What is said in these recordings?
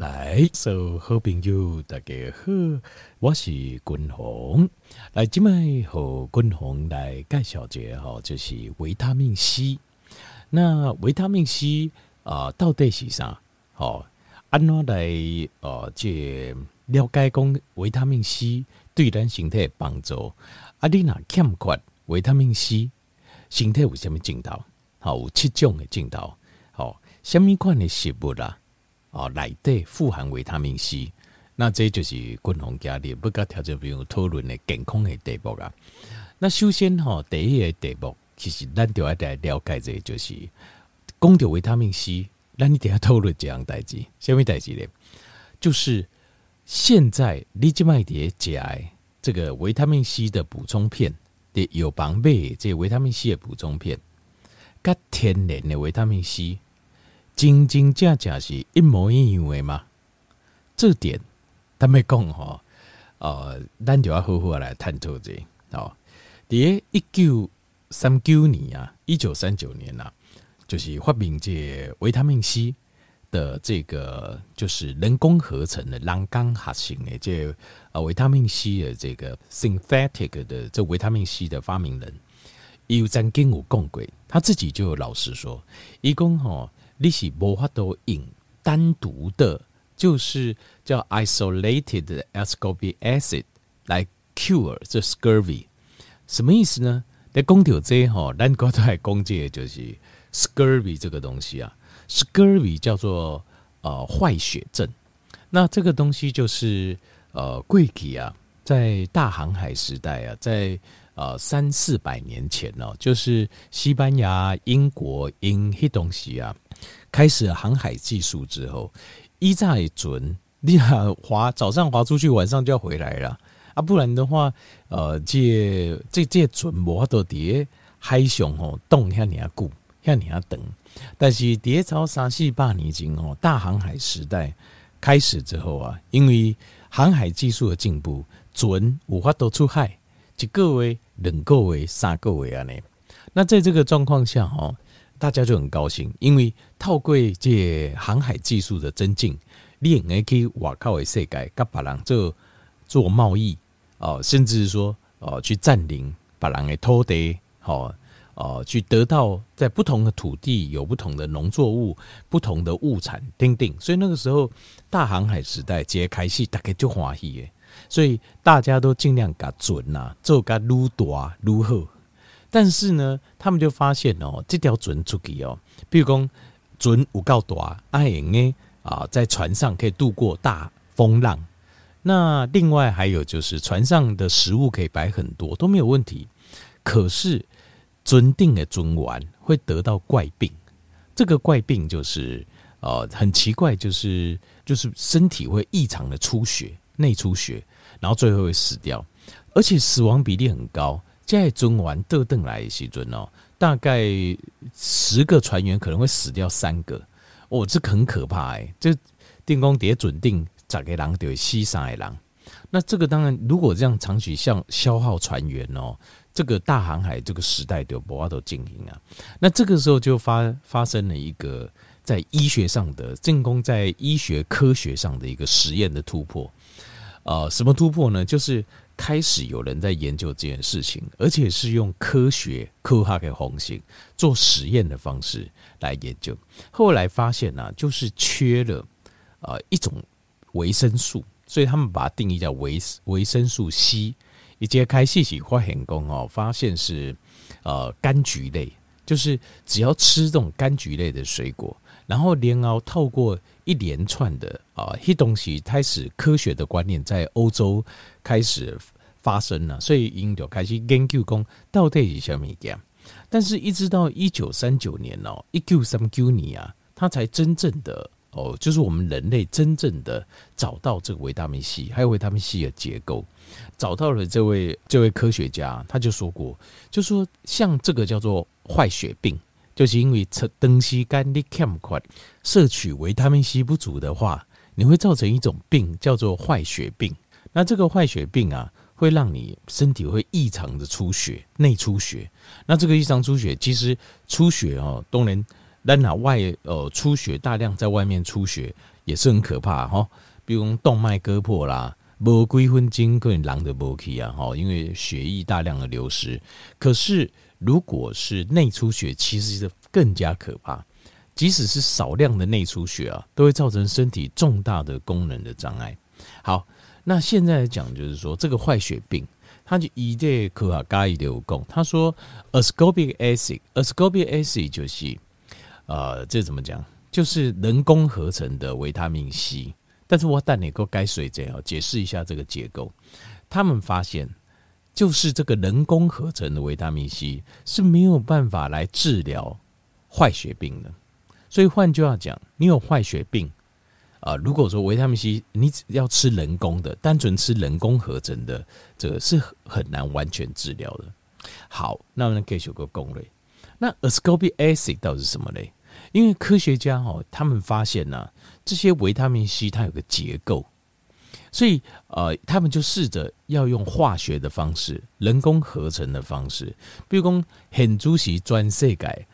来，所有好朋友大家好，我是君鸿。来，今麦和君鸿来介绍一下就是维他命 C。那维他命 C 到底是啥？安怎来这了解讲维他命 C 对咱身体的帮助？你若欠缺维他命 C， 身体有什么症头？有7种的症头。什么款的食物啦？内底富含维他命 C， 那这就是君鸿家里不跟条件朋友讨论的健康的题目啊。那首先第一个题目，其实咱就要来了解这就是讲到维他命 C， 咱一定要讨论这样代志。什么代志呢？就是现在你这卖碟吃的这个维他命 C 的补充片的有帮买这维他命 C 的补充片，跟天然的维他命 C。真正是一模一样的吗？这点他们讲咱就要好好来探讨这在1939年啊，1939年啊，就是发明这维他命 C 的这个就是人工合成的人工合成的这维他命 C 的这个 synthetic 的这维他命 C 的发明人，有曾经有讲过，他自己就老实说，他说你是无法度用单独的，就是叫 isolated ascorbic acid 来 cure 这 scurvy， 什么意思呢？在讲到这咱刚才讲这就是 scurvy 这个东西啊 ，scurvy 叫做坏血症。那这个东西就是过去啊，在大航海时代啊，在300-400年前就是西班牙、英国因迄东西啊。开始了航海技术之后，依在准你早上划出去，晚上就要回来了啊！不然的话，这准无法度伫海上冻遐尔久，遐尔长。但是伫早300-400年前大航海时代开始之后啊，因为航海技术的进步，准有法度出海，1个月、2个月、3个月安尼。那在这个状况下大家就很高兴，因为透过这航海技术的增进，你可以去外口的世界跟别人做贸易甚至说去占领别人的土地去得到在不同的土地有不同的农作物、不同的物产等等。所以那个时候大航海时代揭开始，大家就欢喜的，所以大家都尽量把准做个愈大愈好。但是呢，他们就发现这条船出去比如说船有够大，在船上可以度过大风浪。那另外还有就是船上的食物可以摆很多，都没有问题。可是船顶的船员会得到怪病，这个怪病就是很奇怪，就是身体会异常的出血，内出血，然后最后会死掉，而且死亡比例很高。在船员倒转来的时候大概10个船员可能会死掉3个，这很可怕这电工碟准定10个人就会死3个人。那这个当然，如果这样长期消耗船员这个大航海这个时代就没办法进行啊。那这个时候就发生了一个在医学上的正宫，在医学科学上的一个实验的突破。什么突破呢？就是开始有人在研究这件事情，而且是用科学的方式做实验的方式来研究。后来发现就是缺了一种维生素，所以他们把它定义叫维生素 C。以及开始是发现发现是柑橘类，就是只要吃这种柑橘类的水果，然后然后透过一连串的这东西开始科学的观念在欧洲开始发生了，所以因就开始研究说到底是什么东西。但是一直到1939年1939年啊，他才真正的就是我们人类真正的找到这个维他命 C， 还有维他命 C 的结构，找到了这位科学家，他就说过，就说像这个叫做坏血病，就是因为长时间你欠缺摄取维他命 C 不足的话，你会造成一种病叫做坏血病。那这个坏血病啊，会让你身体会异常的出血，内出血。那这个异常出血，其实出血当然咱外出血大量在外面出血， 也是很可怕哈。比如动脉割破啦，无几分钟可能人就没去啊，因为血液大量的流失。可是如果是内出血，其实是更加可怕。即使是少量的内出血啊，都会造成身体重大的功能的障碍。好，那现在来讲就是说，这个坏血病，他就以这科学家伊就有讲，他说 ascorbic acid 就是这怎么讲？就是人工合成的维他命 C。但是我等你够该水这样解释一下这个结构。他们发现，就是这个人工合成的维他命 C 是没有办法来治疗坏血病的。所以换句话讲，你有坏血病如果说维他命 C 你只要吃人工的，单纯吃人工合成的，这个是很难完全治疗的。好，那我们继续个讲嘞。那 ascorbic acid 到底是什么嘞？因为科学家他们发现这些维他命 C 它有个结构，所以他们就试着要用化学的方式、人工合成的方式，比如说现主席全世界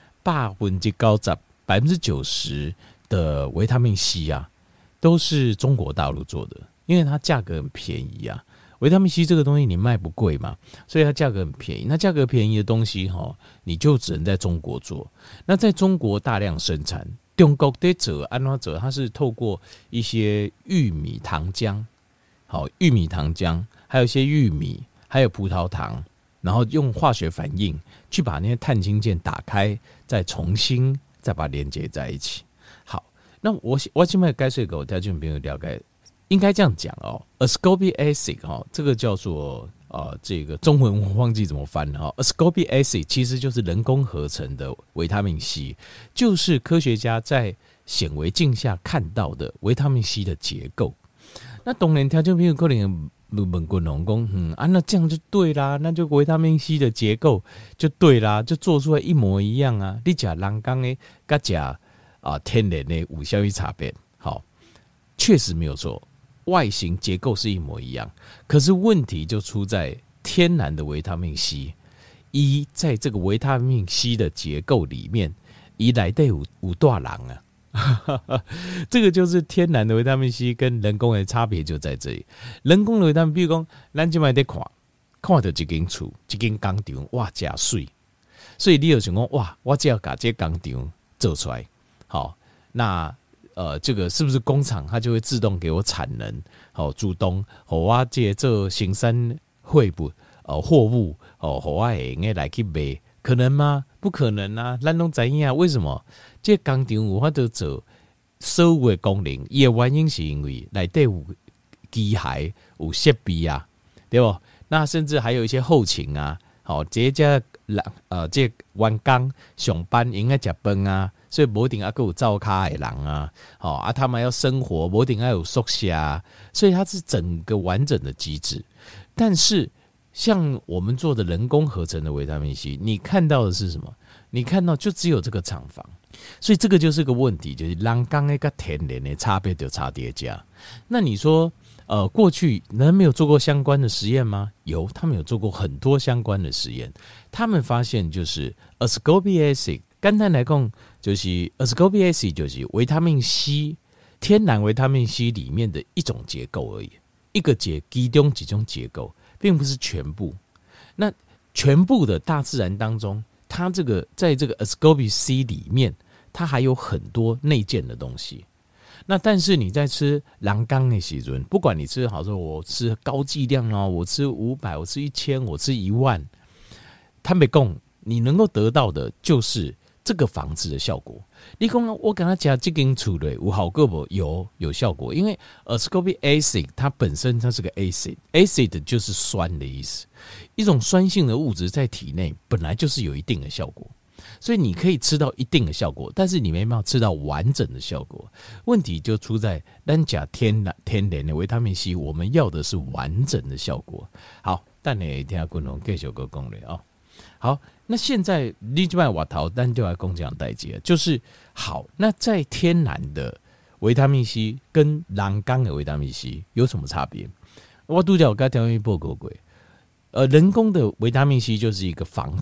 90%的维他命 C 都是中国大陆做的，因为它价格很便宜啊。维他命 C 这个东西你卖不贵嘛，所以它价格很便宜。那价格便宜的东西你就只能在中国做。那在中国大量生产，中国的做安怎做？它是透过一些玉米糖浆，玉米糖浆，还有一些玉米，还有葡萄糖，然后用化学反应去把那些碳氢键打开，再重新再把它连接在一起。好，那我现在该说给我条件朋友了解。应该这样讲ascorbic acid 这个叫做这个中文我忘记怎么翻了ascorbic acid 其实就是人工合成的维他命 C， 就是科学家在显微镜下看到的维他命 C 的结构。那当然条件朋友可能问过农工那这样就对啦，那就维他命 C 的结构就对啦，就做出来一模一样啊。你吃人工的跟吃天然的有什么差别？好，确实没有错，外形结构是一模一样，可是问题就出在天然的维他命 C， 在这个维他命 C 的结构里面，内底有大人这个就是天然的维他命 C 跟人工的差别就在这里。人工的维他命，比如说咱现在在看到一间厝、一间工厂，哇，真水，所以你就想说，哇，我只要把这工厂做出来，好，那这个是不是工厂它就会自动给我产能？主动我这做生产货物我会用来去卖，可能吗？不可能啊！咱都知影为什么？这工厂有法度做所有的功能，伊的原因是因为内底有机械、有设备啊，对不？那甚至还有一些后勤啊，这员工上班应该吃饭啊。所以不一定要有灶咖的人啊，他们要生活，不一定要有宿舍啊，所以它是整个完整的机制。但是像我们做的人工合成的维他命 C， 你看到的是什么？你看到就只有这个厂房，所以这个就是个问题，就是人工的跟天然的差别就差叠加。那你说，过去人没有做过相关的实验吗？有，他们有做过很多相关的实验，他们发现就是 ascorbic acid。简单来讲，就是 ascorbic acid 就是维他命 C 天然维他命 C 里面的一种结构而已，一个其中几种结构，并不是全部。那全部的大自然当中，它这个在这个 ascorbic C 里面，它还有很多内建的东西。那但是你在吃人工的时候，不管你吃好说，我吃高剂量我吃500，我吃1000，我吃10000，坦白讲，你能够得到的就是这个房子的效果。你说我跟他讲这间厝的有好过不？有效果，因为ascorbic acid 它本身它是个 acid 就是酸的意思，一种酸性的物质在体内本来就是有一定的效果，所以你可以吃到一定的效果，但是你没办法吃到完整的效果。问题就出在咱吃天然的维他命 C， 我们要的是完整的效果。好，但你听下滚龙继续个讲了好，那现在你这边瓦头单就来讲这样代志，就是好。那在天然的维他命 C 跟人工的维他命 C 有什么差别？我都叫我刚条件报告过，人工的维他命 C 就是一个房子，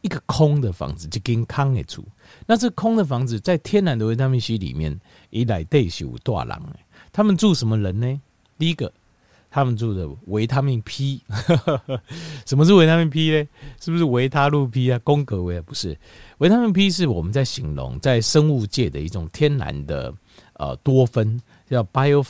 一个空的房子，一间空的厝。那这空的房子在天然的维他命 C 里面，以来对是有大人的。他们住什么人呢？第一个，他们住的维他命 P。什么是维他命 P 呢？是不是维他露 P 啊？宫格维啊？不是，维他命 P 是我们在形容在生物界的一种天然的多酚，叫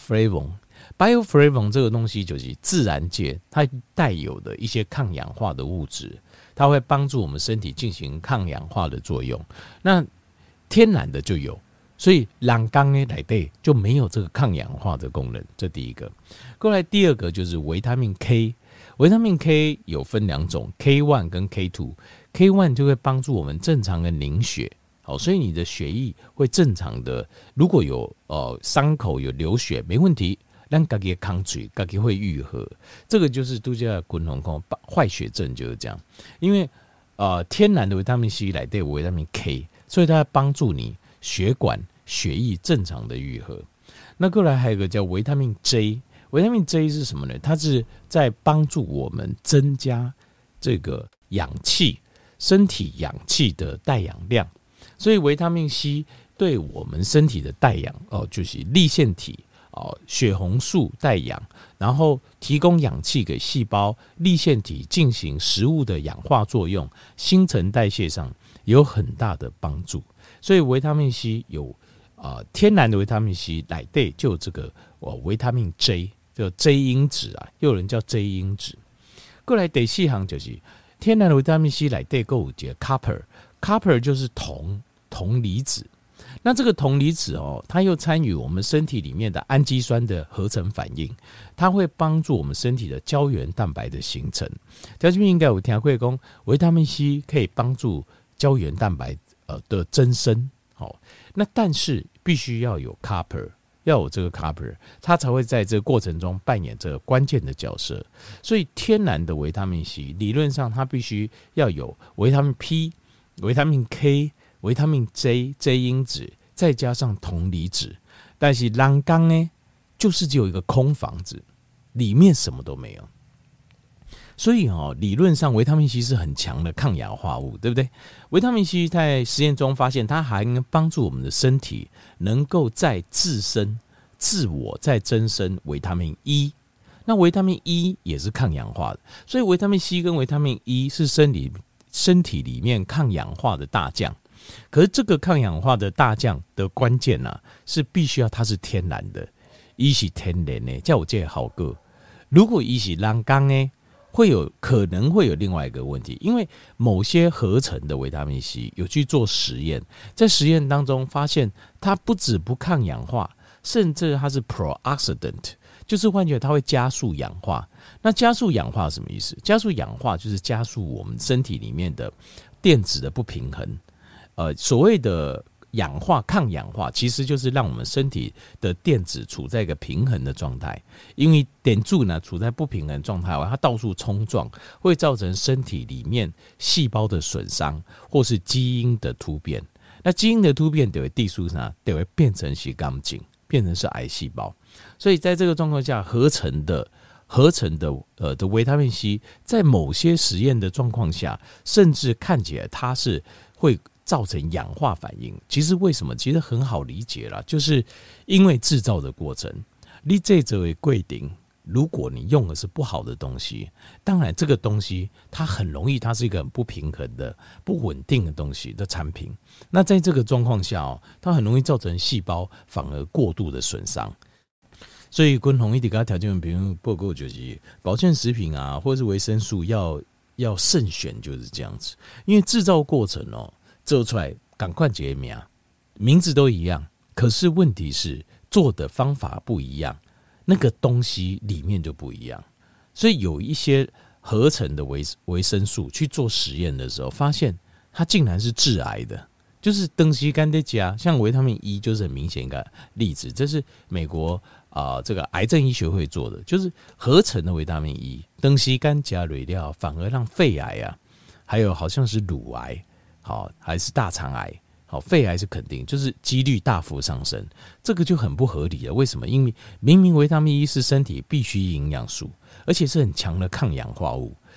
bioflavon。bioflavon 这个东西就是自然界它带有的一些抗氧化的物质，它会帮助我们身体进行抗氧化的作用。那天然的就有，所以人工的内底就没有这个抗氧化的功能，这第一个。过来第二个就是维他命 K， 维他命 K 有分两种 ，K1 跟 K2。K1 就会帮助我们正常的凝血，好，所以你的血液会正常的，如果有伤口有流血没问题。让自己抗水，自己会愈合，这个就是都叫滚红空坏血症，就是这样。因为天然的维他命 C 来对维他命 K， 所以它帮助你血管血液正常的愈合。那过来还有一个叫维他命 J， 维他命 J 是什么呢？它是在帮助我们增加这个氧气，身体氧气的带氧量。所以维他命 C 对我们身体的带氧就是粒线体。血红素带氧，然后提供氧气给细胞，粒线体进行食物的氧化作用，新陈代谢上有很大的帮助。所以维他命 C 有天然的维他命 C 来对就有这个维他命 J， 叫 J 因子啊，又有人叫 J 因子。过来第四项就是天然的维他命 C 来对还有一个 copper 就是铜离子。那这个铜离子它又参与我们身体里面的氨基酸的合成反应，它会帮助我们身体的胶原蛋白的形成。条件应该有听过说维他命 C 可以帮助胶原蛋白的增生，那但是必须要有 copper， 要有这个 copper， 它才会在这个过程中扮演这个关键的角色。所以天然的维他命 C 理论上它必须要有维他命 P、维他命 K、维他命 J 因子，再加上铜离子。但是人工呢，就是只有一个空房子，里面什么都没有。所以理论上维他命 C 是很强的抗氧化物，对不对？维他命 C 在实验中发现，它还能帮助我们的身体能够再自我再增生维他命 E。那维他命 E 也是抗氧化的，所以维他命 C 跟维他命 E 是身体里面抗氧化的大将。可是这个抗氧化的大将的关键是必须要它是天然的，它是天然的，叫我这个好个。如果它是人工呢，可能会有另外一个问题，因为某些合成的维他命 C 有去做实验，在实验当中发现它不止不抗氧化，甚至它是 pro-oxidant， 就是换句话它会加速氧化。那加速氧化是什么意思？加速氧化就是加速我们身体里面的电子的不平衡。所谓的氧化、抗氧化，其实就是让我们身体的电子处在一个平衡的状态。因为电柱呢处在不平衡状态，它到处冲撞，会造成身体里面细胞的损伤，或是基因的突变。那基因的突变就会地数上就会变成是钢筋，变成是癌细胞。所以在这个状况下，合成的维他命 C， 在某些实验的状况下，甚至看起来它是会造成氧化反应。其实为什么？其实很好理解啦，就是因为制造的过程，你这则为规定，如果你用的是不好的东西，当然这个东西它很容易，它是一个很不平衡的、不稳定的东西的产品。那在这个状况下它很容易造成细胞反而过度的损伤。所以昆宏一直给他条件评论报告就是保健食品或者是维生素要慎选，就是这样子。因为制造过程做出来赶快解名字都一样，可是问题是做的方法不一样，那个东西里面就不一样。所以有一些合成的维生素去做实验的时候，发现它竟然是致癌的。就是东西干得加，像维他命 E 就是很明显一个例子，这是美国这个癌症医学会做的，就是合成的维他命 E， 东西干加蕊料反而让肺癌还有好像是乳癌，还是大肠癌，肺癌是肯定，就是几率大幅上升，这个就很不合理了。为什么？因为明明维他命 E 是身体必需营养素，而且是很强的抗氧化物，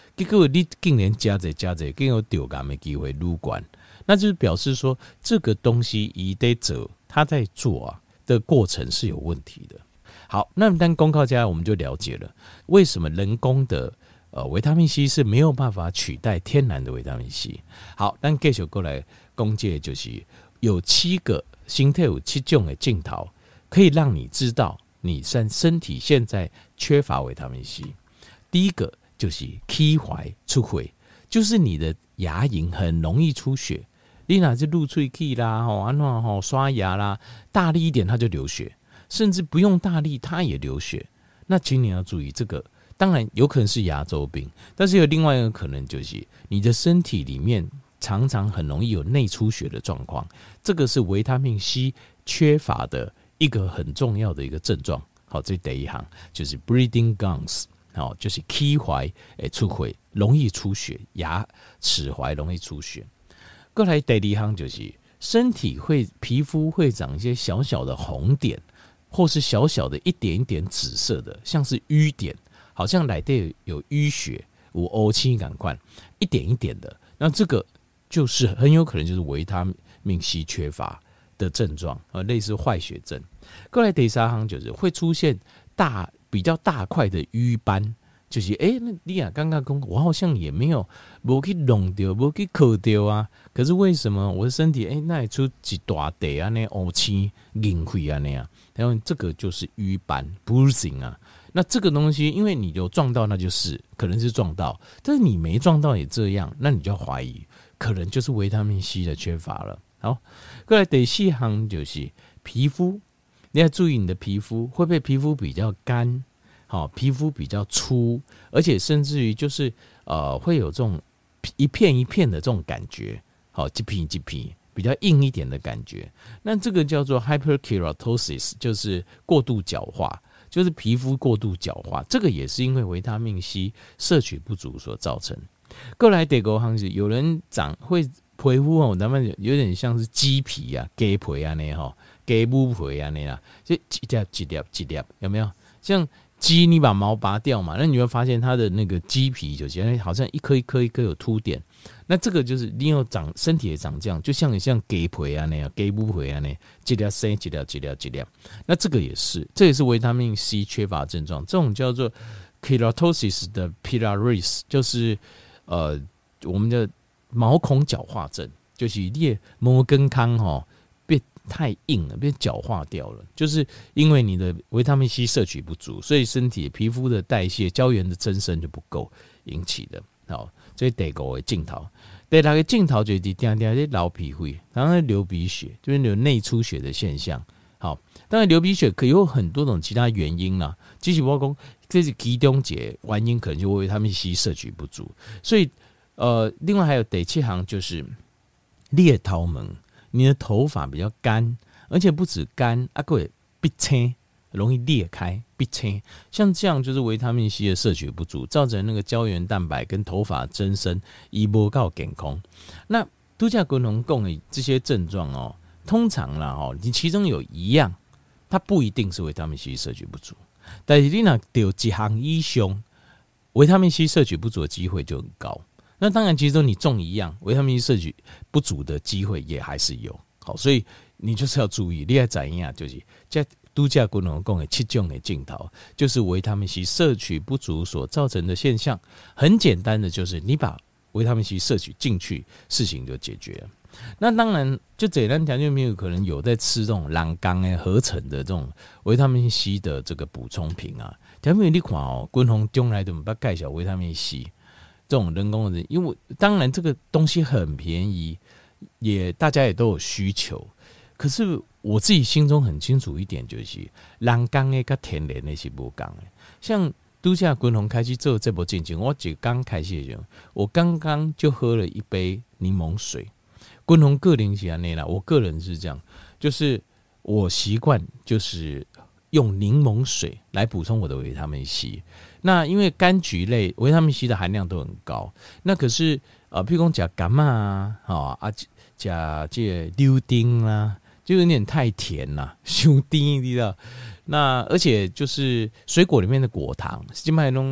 结果你竟然加者，更有丢感的机会撸管，那就是表示说这个东西一得者他在做的过程是有问题的。好，那单公告家我们就了解了为什么人工的维他命 C 是没有办法取代天然的维他命 C。好，但继续过来讲解就是有7个身体有7种的镜头，可以让你知道你身体现在缺乏维他命 C。第一个就是起踝出血，就是你的牙龈很容易出血，你哪是露喙齿啦，刷牙啦，大力一点它就流血，甚至不用大力它也流血。那请你要注意这个，当然有可能是牙周病，但是有另外一个可能就是你的身体里面常常很容易有内出血的状况，这个是维他命 C 缺乏的一个很重要的一个症状。好，这第一行就是 bleeding gums， 好，就是起踝出血，容易出血，牙齿踝容易出血。过来第二行就是身体皮肤会长一些小小的红点，或是小小的一点一点紫色的，像是瘀点，好像内底有淤血，有乌青感快，一点一点的。那这个就是很有可能就是维他命 C 缺乏的症状，类似坏血症。过来第三行就是会出现比较大块的瘀斑，就是那你刚刚讲我好像也没有去弄掉，没去磕掉啊，可是为什么我的身体那会出一大堆啊那乌青硬溃啊那样，然后这个就是瘀斑 bruising 啊。那这个东西因为你有撞到，那就是可能是撞到，但是你没撞到也这样，那你就要怀疑可能就是维他命 C 的缺乏了。好，过来第四行就是皮肤，你要注意你的皮肤会不会皮肤比较干，好，皮肤比较粗，而且甚至于就是会有这种一片一片的这种感觉，好，一片一片比较硬一点的感觉。那这个叫做 hyperkeratosis， 就是过度角化，就是皮肤过度角化，这个也是因为维他命 C 摄取不足所造成。过来第五行是有人会皮肤咱们有点像是鸡皮啊、鸡皮啊那鸡母皮啊那样，就一粒一粒一粒，有没有？像鸡你把毛拔掉嘛，那你会发现它的那个鸡皮就是好像一颗一颗一颗有凸点，那这个就是你有身体也长这样，就像鸡皮啊那样、鸡母皮啊那样，一粒生一粒一粒一粒，那这个也是维他命 C 缺乏症状，这种叫做 keratosis 的 pilaris， 就是我们的毛孔角化症，就是你的毛根康变太硬了，变角化掉了，就是因为你的维他命 C 摄取不足，所以身体皮肤的代谢、胶原的增生就不够引起的。好，这是第五个镜头。第六个镜头就是定定流鼻血，当然流鼻血就是有内出血的现象。好，当然流鼻血可以有很多种其他原因啦，只是我说这是其中一个原因，可能就维他命 C 摄取不足，所以。另外还有第七行就是裂头毛，你的头发比较干，而且不止干，还会闭青，容易裂开闭青。像这样就是维他命 C 的摄取不足，造成那个胶原蛋白跟头发增生一波告健康。那度假国农讲的这些症状通常啦你其中有一样，它不一定是维他命 C 摄取不足，但是你若得一项以上，维他命 C 摄取不足的机会就很高。那当然，其实你中一样，维他命 C 摄取不足的机会也还是有。好，所以你就是要注意，你要怎样就是在度假国农讲的7种的镜头，就是维他命 C 摄取不足所造成的现象。很简单的，就是你把维他命 C 摄取进去，事情就解决了。那当然，就简单条件没有可能有在吃这种蓝钢合成的这种维他命 C 的这个补充品啊。条件你看国农将来怎么把介绍维他命 C？这种人工的，因为当然这个东西很便宜，大家也都有需求。可是我自己心中很清楚一点，就是人工的跟天然的是不同的。像度假君鸿开始做这波进程，我刚开始的时候，我刚刚就喝了一杯柠檬水。君鸿个人是这样啦，我个人是这样，就是我习惯就是用柠檬水来补充我的维他命 C。那因为柑橘类维他命 C 的含量都很高，那可是譬如说吃柑吃这柳丁啦，就有点太甜啦，太甜你知道？那而且就是水果里面的果糖，现在那种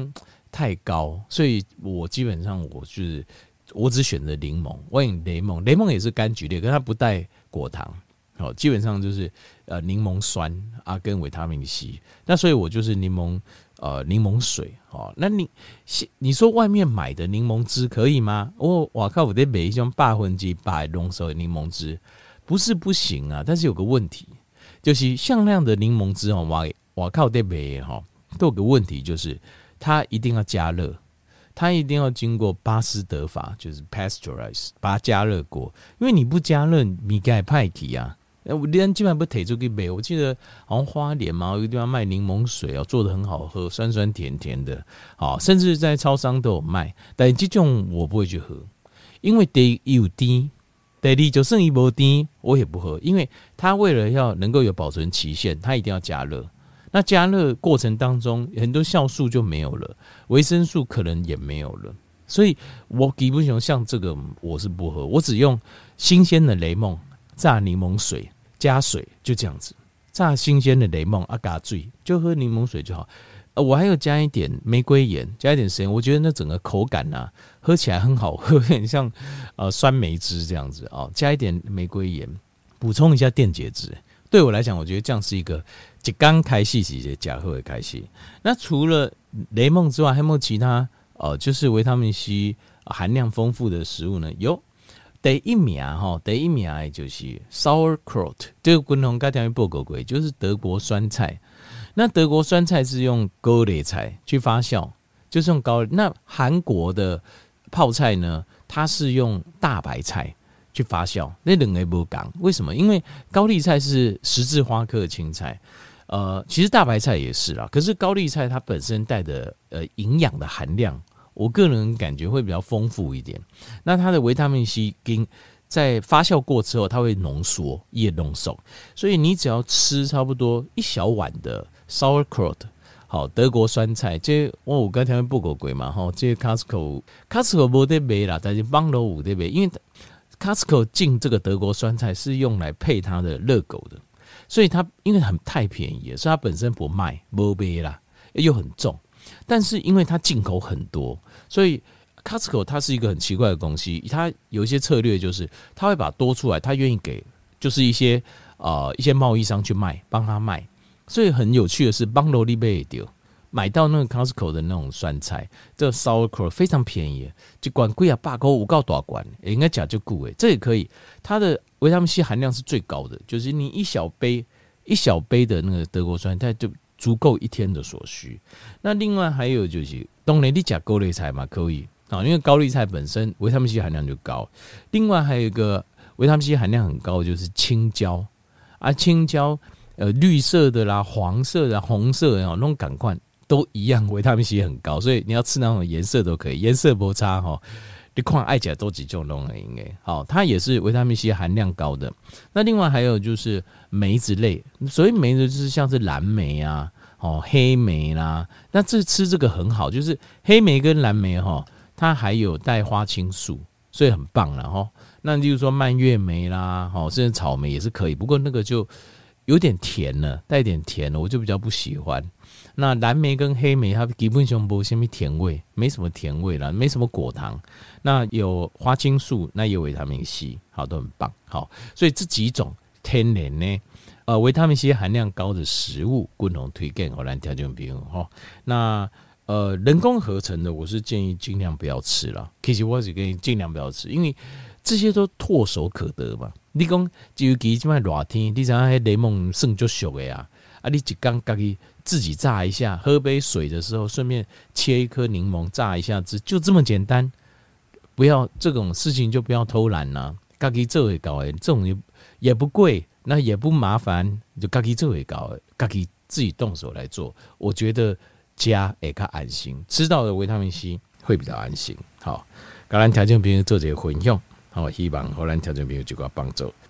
太高，所以我基本上我只选择柠檬，我用雷蒙也是柑橘类，可是它不带果糖，好，基本上就是柠檬酸啊跟维他命 C， 那所以我就是柠檬水，好，那你说外面买的柠檬汁可以吗？我靠，我得买一种100%浓缩的柠檬汁，不是不行啊，但是有个问题，就是像那样的柠檬汁我靠得买哈，都有个问题就是它一定要加热。它一定要经过巴斯德法，就是 pasteurize， 把它加热过。因为你不加热，米盖派体啊。我连基本上不提出去买。我记得好像花莲嘛，有个地方卖柠檬水哦，做的很好喝，酸酸甜甜的，好，甚至在超商都有卖。但这种我不会去喝，因为第一有甜，第二就剩一波甜，我也不喝，因为它为了要能够有保存期限，它一定要加热。那加热过程当中，很多酵素就没有了，维生素可能也没有了，所以我基本上像这个我是不喝，我只用新鲜的雷梦榨柠檬水加水，就这样子榨新鲜的雷梦啊，加水就喝柠檬水就好。我还有加一点玫瑰盐，加一点时间，我觉得那整个口感啊，喝起来很好喝，有点像酸梅汁这样子啊，加一点玫瑰盐，补充一下电解质。对我来讲，我觉得这样是一个刚开始是一个加喝的开始。那除了雷梦之外，还有没有其他就是维他命 C 含量丰富的食物呢？有第一名就是 sauerkraut， 这个滚筒刚才报告过，就是德国酸菜。那德国酸菜是用高丽菜去发酵，就是用高丽。那韩国的泡菜呢，它是用大白菜去发酵，那两个不同。为什么？因为高丽菜是十字花科的青菜，其实大白菜也是啦。可是高丽菜它本身带的营养的含量，我个人感觉会比较丰富一点。那它的维他命 C 在发酵过之后，它会浓缩，也浓缩，所以你只要吃差不多一小碗的 sauerkraut。好，德国酸菜，这我刚才报过过嘛，哈，这 Costco 没得卖啦，但是邦罗有得卖，因为 Costco 进这个德国酸菜是用来配它的热狗的，所以它因为太便宜了，所以它本身不卖，没卖啦，又很重，但是因为它进口很多，所以 Costco 它是一个很奇怪的东西，它有一些策略就是它会把多出来，它愿意给就是一些贸易商去卖，帮他卖。所以很有趣的是，邦罗利贝丢买到那个 Costco 的那种酸菜，这个 sauerkraut 非常便宜，就管贵啊，8块5到大罐，应该讲就贵诶，这也可以。它的维他命 C 含量是最高的，就是你一小杯的那个德国酸菜就足够一天的所需。那另外还有就是，当然你吃高丽菜嘛可以啊，因为高丽菜本身维他命 C 含量就高。另外还有一个维他命 C 含量很高，就是青椒啊，青椒。绿色的啦、黄色的、红色的那种感官都一样，维他命 C 很高，所以你要吃那种颜色都可以，颜色不差哈。你看爱起来都几种弄的应该好，它也是维他命 C 含量高的。那另外还有就是梅子类，所谓梅子就是像是蓝莓啊、黑莓啦，那吃这个很好，就是黑莓跟蓝莓哈，它还有带花青素，所以很棒了哈。那例如说蔓越莓啦，甚至草莓也是可以，不过那个就有点甜了，带点甜了，我就比较不喜欢。那蓝莓跟黑莓，它基本上没什么甜味，没什么甜味啦，没什么果糖。那有花青素，那也有维他命 C， 好，都很棒。好，所以这几种天然呢，维他命 C 含量高的食物，共同推荐给咱条件朋友哈。那人工合成的，我是建议尽量不要吃啦。其实我是建议尽量不要吃，因为这些都唾手可得嘛。你讲尤其现在热天，你知道那柠檬算就熟的啊，你一缸自己榨一下，喝杯水的时候顺便切一颗柠檬榨一下汁，就这么简单。不要这种事情就不要偷懒啦，自己做会搞的，这种也不贵，那也不麻烦，就自己做会搞的，自己动手来做，我觉得家也较安心，吃到的维他命 C 会比较安心。好，跟咱条件朋友做这个分享。好，希望互咱听众朋友一个帮助。